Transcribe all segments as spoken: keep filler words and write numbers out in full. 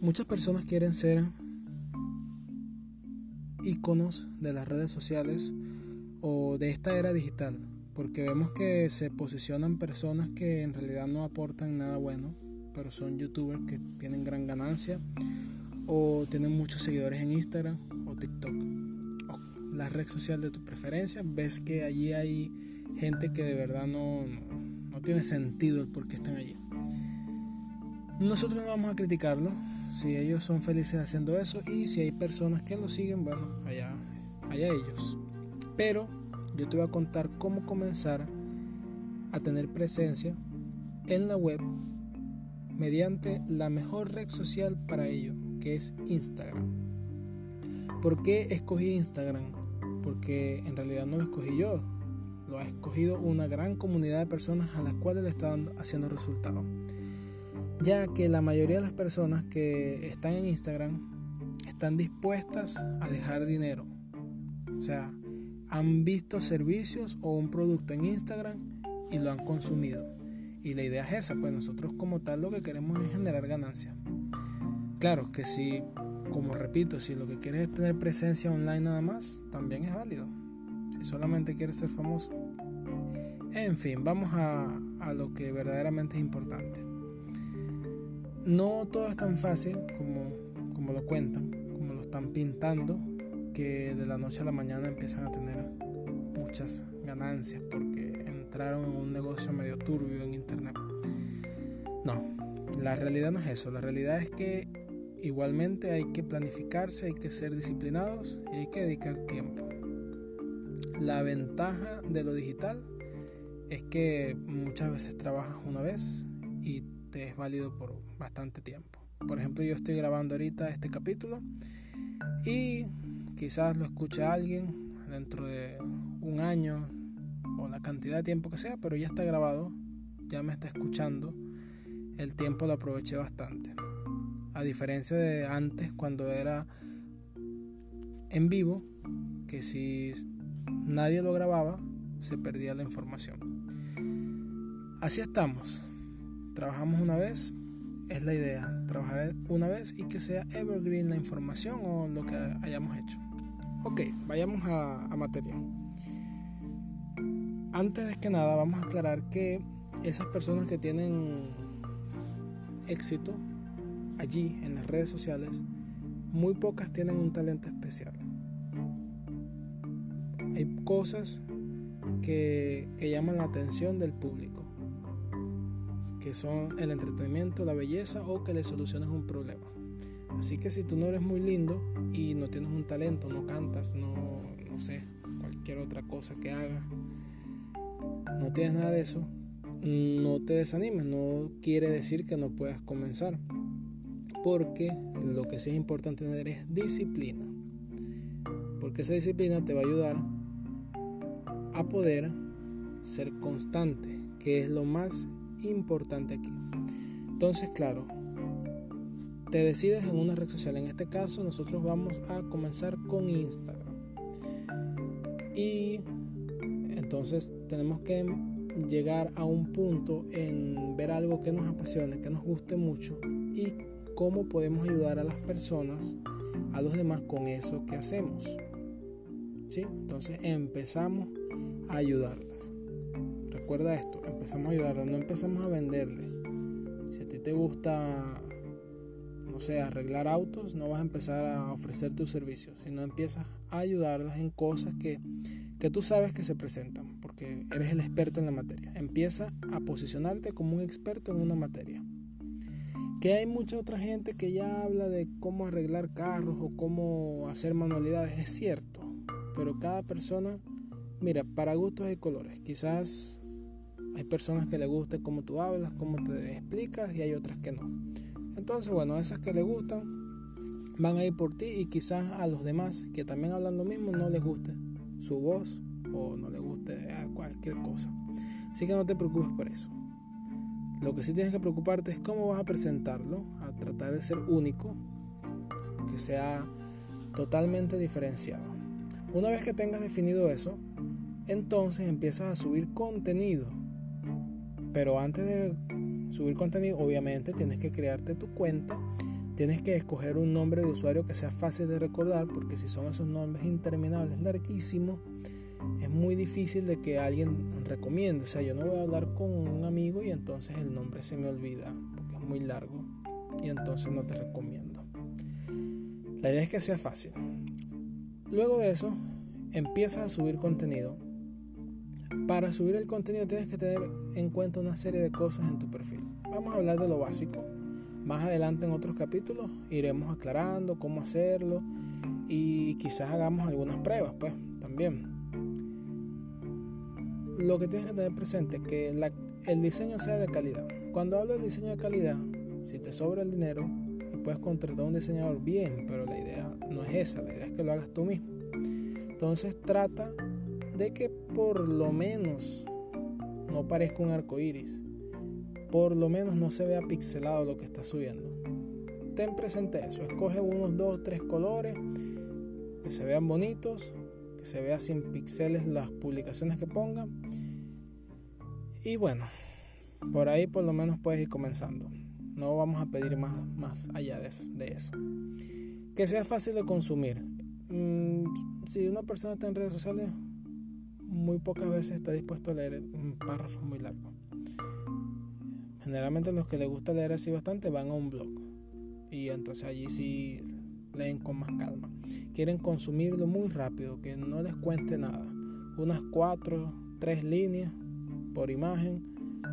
Muchas personas quieren ser íconos de las redes sociales o de esta era digital, porque vemos que se posicionan personas que en realidad no aportan nada bueno, pero son youtubers que tienen gran ganancia o tienen muchos seguidores en Instagram o TikTok o la red social de tu preferencia. Ves que allí hay gente que de verdad no, no, no tiene sentido el por qué están allí. Nosotros no vamos a criticarlo si ellos son felices haciendo eso, y si hay personas que lo siguen, bueno, allá, allá ellos. Pero yo te voy a contar cómo comenzar a tener presencia en la web mediante la mejor red social para ello, que es Instagram. ¿Por qué escogí Instagram? Porque en realidad no lo escogí yo, lo ha escogido una gran comunidad de personas a las cuales le están haciendo resultados, ya que la mayoría de las personas que están en Instagram están dispuestas a dejar dinero. O sea, han visto servicios o un producto en Instagram y lo han consumido. Y la idea es esa, pues nosotros como tal lo que queremos es generar ganancias. Claro que si, como repito, si lo que quieres es tener presencia online nada más, también es válido. Si solamente quieres ser famoso. En fin, vamos a, a lo que verdaderamente es importante. No todo es tan fácil como, como lo cuentan, como lo están pintando, que de la noche a la mañana empiezan a tener muchas ganancias porque entraron en un negocio medio turbio en internet. No, la realidad no es eso. La realidad es que igualmente hay que planificarse, hay que ser disciplinados y hay que dedicar tiempo. La ventaja de lo digital es que muchas veces trabajas una vez y te es válido por bastante tiempo. Por ejemplo, yo estoy grabando ahorita este capítulo y quizás lo escuche alguien dentro de un año o la cantidad de tiempo que sea, pero ya está grabado, ya me está escuchando. El tiempo lo aproveché bastante, a diferencia de antes cuando era en vivo, que si nadie lo grababa se perdía la información. Así estamos. Trabajamos una vez, es la idea, trabajar una vez y que sea evergreen la información o lo que hayamos hecho. Ok, vayamos a, a materia. Antes de que nada, vamos a aclarar que esas personas que tienen éxito allí en las redes sociales, muy pocas tienen un talento especial. Hay cosas que, que llaman la atención del público, que son el entretenimiento, la belleza o que le soluciones un problema. Así que si tú no eres muy lindo y no tienes un talento, no cantas, no, no sé, cualquier otra cosa que hagas, no tienes nada de eso, no te desanimes. No quiere decir que no puedas comenzar, porque lo que sí es importante tener es disciplina, porque esa disciplina te va a ayudar a poder ser constante, que es lo más importante aquí. Entonces, claro, te decides en una red social. En este caso nosotros vamos a comenzar con Instagram, y entonces tenemos que llegar a un punto en ver algo que nos apasione, que nos guste mucho, y cómo podemos ayudar a las personas, a los demás con eso que hacemos. ¿Sí? Entonces empezamos a ayudarlas. Recuerda esto, empezamos a ayudarlas, no empezamos a venderles. Si a ti te gusta, no sé, arreglar autos, no vas a empezar a ofrecer tus servicios, sino empiezas a ayudarlas en cosas que, que tú sabes que se presentan, porque eres el experto en la materia. Empieza a posicionarte como un experto en una materia. Que hay mucha otra gente que ya habla de cómo arreglar carros o cómo hacer manualidades, es cierto, pero cada persona, mira, para gustos hay colores. Quizás hay personas que les guste cómo tú hablas, cómo te explicas, y hay otras que no. Entonces, bueno, esas que les gustan van a ir por ti, y quizás a los demás que también hablan lo mismo no les guste su voz o no les guste cualquier cosa. Así que no te preocupes por eso. Lo que sí tienes que preocuparte es cómo vas a presentarlo, a tratar de ser único, que sea totalmente diferenciado. Una vez que tengas definido eso, entonces empiezas a subir contenido. Pero antes de subir contenido, obviamente tienes que crearte tu cuenta, Tienes que escoger un nombre de usuario que sea fácil de recordar, porque si son esos nombres interminables, larguísimos, es muy difícil de que alguien recomiende. O sea, yo no voy a hablar con un amigo y entonces el nombre se me olvida porque es muy largo y entonces no te recomiendo. La idea es que sea fácil. Luego de eso, empiezas a subir contenido. Para subir el contenido tienes que tener en cuenta una serie de cosas en tu perfil. Vamos a hablar de lo básico. Más adelante en otros capítulos iremos aclarando cómo hacerlo y quizás hagamos algunas pruebas, pues, también. Lo que tienes que tener presente es que la, el diseño sea de calidad. Cuando hablo de diseño de calidad, si te sobra el dinero y puedes contratar a un diseñador, bien, pero la idea no es esa, la idea es que lo hagas tú mismo. Entonces trata de que por lo menos no parezca un arco iris, por lo menos no se vea pixelado lo que estás subiendo. Ten presente eso, escoge unos dos, tres colores que se vean bonitos, que se vea sin píxeles las publicaciones que pongan. Y bueno, por ahí por lo menos puedes ir comenzando. No vamos a pedir más, más allá de eso, de eso. Que sea fácil de consumir. Mm, si una persona está en redes sociales, muy pocas veces está dispuesto a leer un párrafo muy largo. Generalmente los que les gusta leer así bastante van a un blog y entonces allí sí leen con más calma. Quieren consumirlo muy rápido, que no les cuente nada. Unas cuatro, tres líneas por imagen,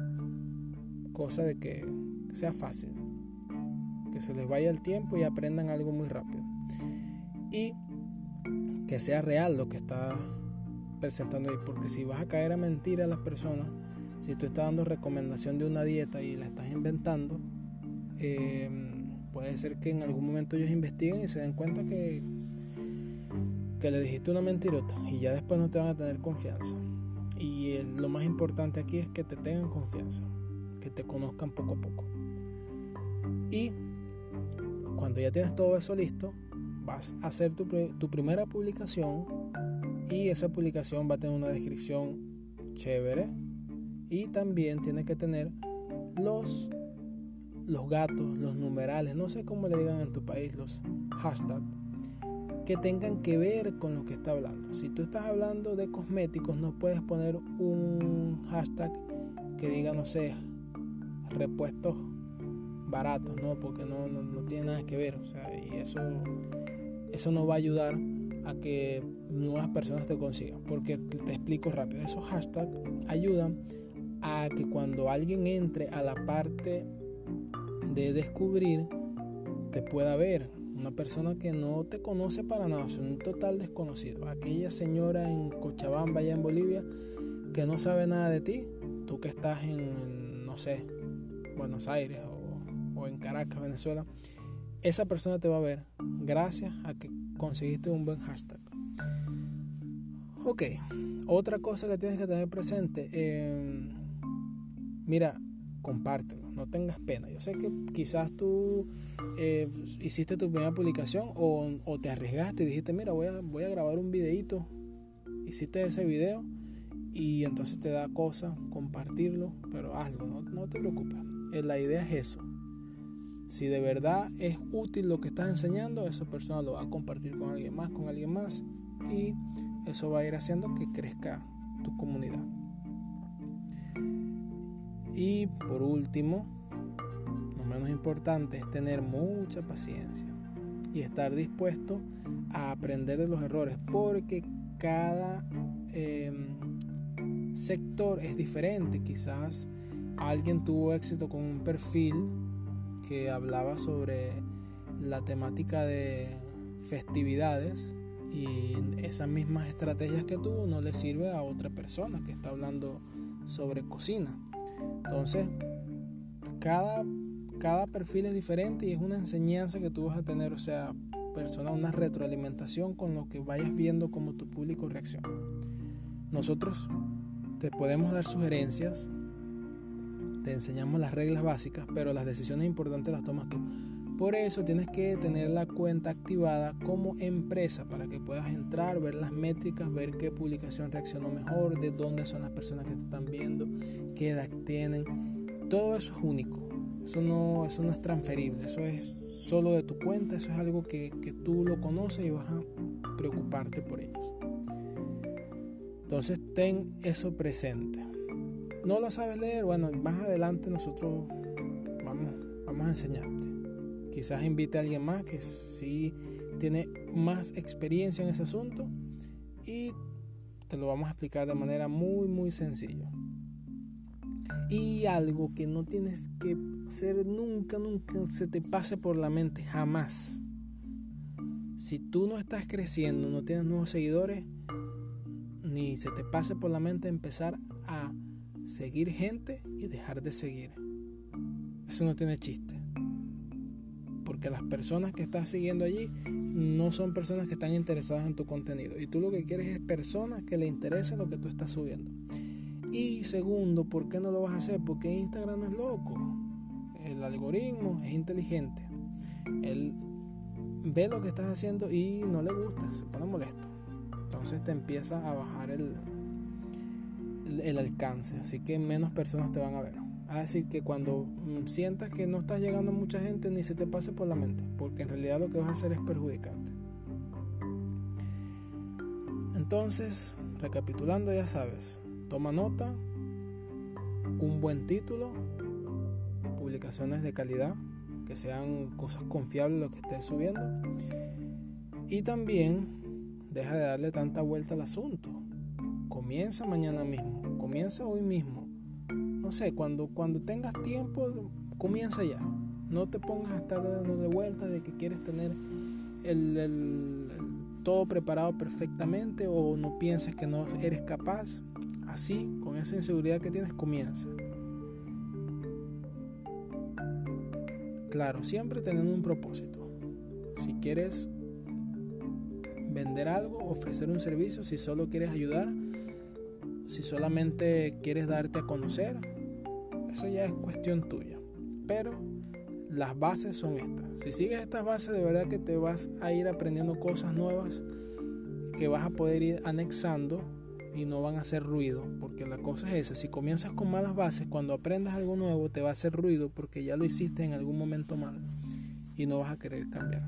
cosa de que sea fácil, que se les vaya el tiempo y aprendan algo muy rápido. Y que sea real lo que está presentando ahí, porque si vas a caer a mentir a las personas, si tú estás dando recomendación de una dieta y la estás inventando, eh, puede ser que en algún momento ellos investiguen y se den cuenta que, que le dijiste una mentirota y ya después no te van a tener confianza. Y eh, lo más importante aquí es que te tengan confianza, que te conozcan poco a poco. Y cuando ya tienes todo eso listo, vas a hacer tu, tu primera publicación y esa publicación va a tener una descripción chévere. Y también tiene que tener los, los gatos, los numerales, no sé cómo le digan en tu país, los hashtags, que tengan que ver con lo que está hablando. Si tú estás hablando de cosméticos, no puedes poner un hashtag que diga, no sé, repuestos baratos, ¿no? Porque no, no, no tiene nada que ver. O sea, y eso, eso no va a ayudar a que nuevas personas te consigan. Porque te, te explico rápido. Esos hashtags ayudan a que cuando alguien entre a la parte de descubrir te pueda ver. Una persona que no te conoce para nada, es un total desconocido. Aquella señora en Cochabamba, allá en Bolivia, que no sabe nada de ti, tú que estás en, en no sé, Buenos Aires o, o en Caracas, Venezuela, esa persona te va a ver gracias a que conseguiste un buen hashtag. Ok, otra cosa que tienes que tener presente, eh, mira, compártelo, no tengas pena. Yo sé que quizás tú eh, hiciste tu primera publicación o, o te arriesgaste y dijiste, mira, voy a, voy a grabar un videito. Hiciste ese video y entonces te da cosa compartirlo, pero hazlo, no, no te preocupes. Eh, la idea es eso. Si de verdad es útil lo que estás enseñando, esa persona lo va a compartir con alguien más, con alguien más, y eso va a ir haciendo que crezca tu comunidad. Y por último, no menos importante, es tener mucha paciencia y estar dispuesto a aprender de los errores, porque cada eh, sector es diferente. Quizás alguien tuvo éxito con un perfil que hablaba sobre la temática de festividades y esas mismas estrategias que tuvo no le sirve a otra persona que está hablando sobre cocina. Entonces cada, cada perfil es diferente y es una enseñanza que tú vas a tener, o sea, persona, una retroalimentación con lo que vayas viendo cómo tu público reacciona. Nosotros te podemos dar sugerencias, te enseñamos las reglas básicas, pero las decisiones importantes las tomas tú. Por eso tienes que tener la cuenta activada como empresa para que puedas entrar, ver las métricas, ver qué publicación reaccionó mejor, de dónde son las personas que te están viendo, qué edad tienen. Todo eso es único. Eso no, eso no es transferible, eso es solo de tu cuenta, eso es algo que, que tú lo conoces y vas a preocuparte por ellos. Entonces ten eso presente. ¿No lo sabes leer? Bueno, más adelante nosotros vamos, vamos a enseñarte. Quizás invite a alguien más que sí tiene más experiencia en ese asunto y te lo vamos a explicar de manera muy muy sencilla. Y algo que no tienes que hacer nunca, nunca se te pase por la mente, jamás. Si tú no estás creciendo, no tienes nuevos seguidores, ni se te pase por la mente empezar a seguir gente y dejar de seguir. Eso no tiene chiste. Porque las personas que estás siguiendo allí no son personas que están interesadas en tu contenido. Y tú lo que quieres es personas que le interese lo que tú estás subiendo. Y segundo, ¿por qué no lo vas a hacer? Porque Instagram no es loco. El algoritmo es inteligente. Él ve lo que estás haciendo y no le gusta, se pone molesto. Entonces te empieza a bajar el, el, el alcance. Así que menos personas te van a ver. Así que cuando sientas que no estás llegando a mucha gente, ni se te pase por la mente. Porque en realidad lo que vas a hacer es perjudicarte. Entonces, recapitulando, ya sabes. Toma nota, un buen título, publicaciones de calidad, que sean cosas confiables lo que estés subiendo. Y también deja de darle tanta vuelta al asunto. Comienza mañana mismo, comienza hoy mismo. No sé, cuando, cuando tengas tiempo, comienza ya. No te pongas a estar dando de vueltas de que quieres tener el, el, el, todo preparado perfectamente o no pienses que no eres capaz. Así, con esa inseguridad que tienes, comienza. Claro, siempre teniendo un propósito. Si quieres vender algo, ofrecer un servicio, si solo quieres ayudar, si solamente quieres darte a conocer, eso ya es cuestión tuya. Pero las bases son estas. Si sigues estas bases, de verdad que te vas a ir aprendiendo cosas nuevas que vas a poder ir anexando y no van a hacer ruido, porque la cosa es esa. Si comienzas con malas bases, cuando aprendas algo nuevo te va a hacer ruido porque ya lo hiciste en algún momento mal y no vas a querer cambiar.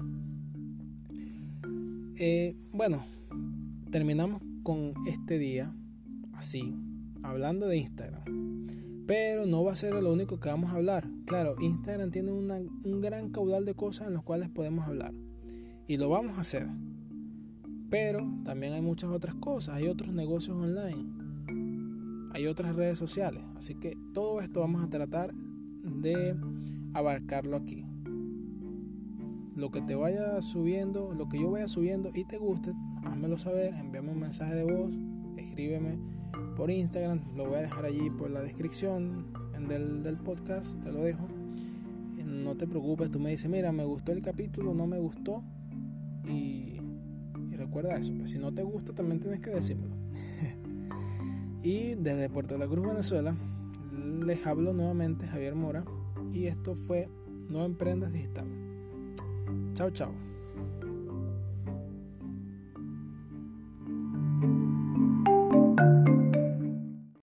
Eh, bueno, terminamos con este día así, hablando de Instagram, pero no va a ser lo único que vamos a hablar. Claro, Instagram tiene una, un gran caudal de cosas en las cuales podemos hablar y lo vamos a hacer. Pero también hay muchas otras cosas, hay otros negocios online, hay otras redes sociales, así que todo esto vamos a tratar de abarcarlo aquí. Lo que te vaya subiendo, lo que yo vaya subiendo y te guste, házmelo saber, envíame un mensaje de voz, escríbeme por Instagram, lo voy a dejar allí por la descripción del, del podcast, te lo dejo. No te preocupes, tú me dices, mira, me gustó el capítulo, no me gustó y... recuerda eso, pues si no te gusta también tienes que decírmelo. Y desde Puerto de la Cruz, Venezuela, les hablo nuevamente Javier Mora y esto fue No Emprendas Digital. Chao, chao.